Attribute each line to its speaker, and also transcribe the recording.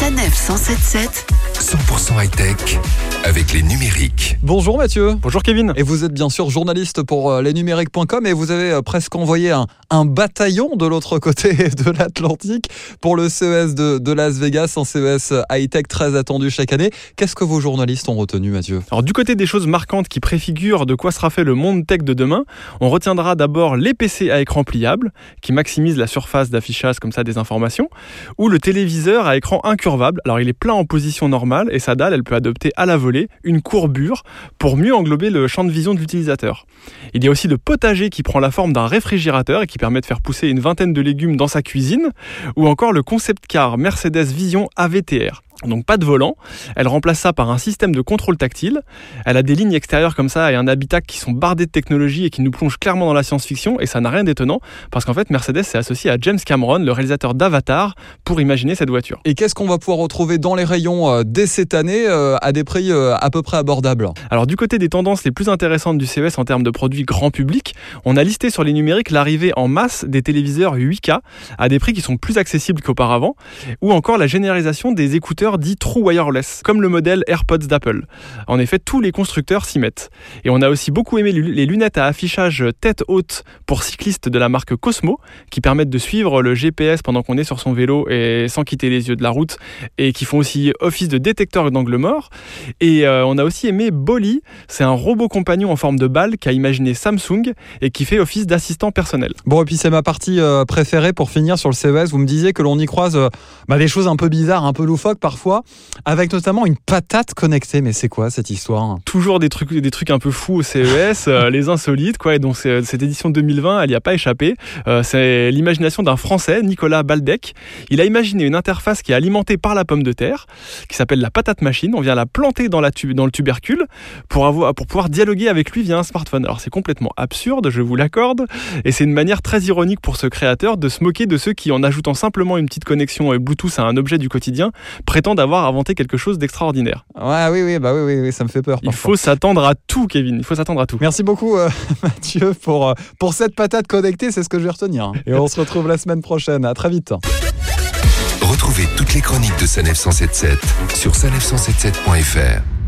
Speaker 1: Sanef 177.
Speaker 2: 100% high-tech avec les numériques.
Speaker 3: Bonjour Mathieu.
Speaker 4: Bonjour Kevin.
Speaker 3: Et vous êtes bien sûr journaliste pour lesnumériques.com et vous avez presque envoyé un bataillon de l'autre côté de l'Atlantique pour le CES de Las Vegas, un CES high-tech très attendu chaque année. Qu'est-ce que vos journalistes ont retenu, Mathieu ?
Speaker 4: Alors du côté des choses marquantes qui préfigurent de quoi sera fait le monde tech de demain, on retiendra d'abord les PC à écran pliable qui maximisent la surface d'affichage comme ça des informations, ou le téléviseur à écran incurvable. Alors il est plein en position normale et sa dalle elle peut adopter à la volée une courbure pour mieux englober le champ de vision de l'utilisateur. Il y a aussi le potager qui prend la forme d'un réfrigérateur et qui permet de faire pousser une vingtaine de légumes dans sa cuisine, ou encore le concept car Mercedes Vision AVTR. Donc pas de volant, elle remplace ça par un système de contrôle tactile, elle a des lignes extérieures comme ça et un habitacle qui sont bardés de technologie et qui nous plongent clairement dans la science-fiction, et ça n'a rien d'étonnant parce qu'en fait Mercedes s'est associé à James Cameron, le réalisateur d'Avatar, pour imaginer cette voiture.
Speaker 3: Et qu'est-ce qu'on va pouvoir retrouver dans les rayons dès cette année à des prix à peu près abordables ?
Speaker 4: Alors du côté des tendances les plus intéressantes du CES en termes de produits grand public, on a listé sur les numériques l'arrivée en masse des téléviseurs 8K à des prix qui sont plus accessibles qu'auparavant, ou encore la généralisation des écouteurs dit True Wireless, comme le modèle AirPods d'Apple. En effet, tous les constructeurs s'y mettent. Et on a aussi beaucoup aimé les lunettes à affichage tête haute pour cyclistes de la marque Cosmo, qui permettent de suivre le GPS pendant qu'on est sur son vélo et sans quitter les yeux de la route, et qui font aussi office de détecteur d'angle mort. Et on a aussi aimé Bolly, c'est un robot compagnon en forme de balle qu'a imaginé Samsung et qui fait office d'assistant personnel.
Speaker 3: Bon, et puis c'est ma partie préférée pour finir sur le CES. Vous me disiez que l'on y croise des choses un peu bizarres, un peu loufoques parfois, avec notamment une patate connectée. Mais c'est quoi cette histoire ?
Speaker 4: Toujours des trucs un peu fous au CES, les insolites, quoi. Et donc cette édition 2020, elle n'y a pas échappé. C'est l'imagination d'un Français, Nicolas Baldec. Il a imaginé une interface qui est alimentée par la pomme de terre, qui s'appelle la patate machine. On vient la planter dans le tubercule pour pouvoir dialoguer avec lui via un smartphone. Alors c'est complètement absurde, je vous l'accorde, et c'est une manière très ironique pour ce créateur de se moquer de ceux qui, en ajoutant simplement une petite connexion Bluetooth à un objet du quotidien, prétendent avoir inventé quelque chose d'extraordinaire.
Speaker 3: Oui, ça me fait peur.
Speaker 4: Il faut s'attendre à tout, Kevin, il faut s'attendre à tout.
Speaker 3: Merci beaucoup Mathieu pour cette patate connectée, c'est ce que je vais retenir. Et on se retrouve la semaine prochaine, à très vite.
Speaker 2: Retrouvez toutes les chroniques de Sanef 177 sur sanef177.fr.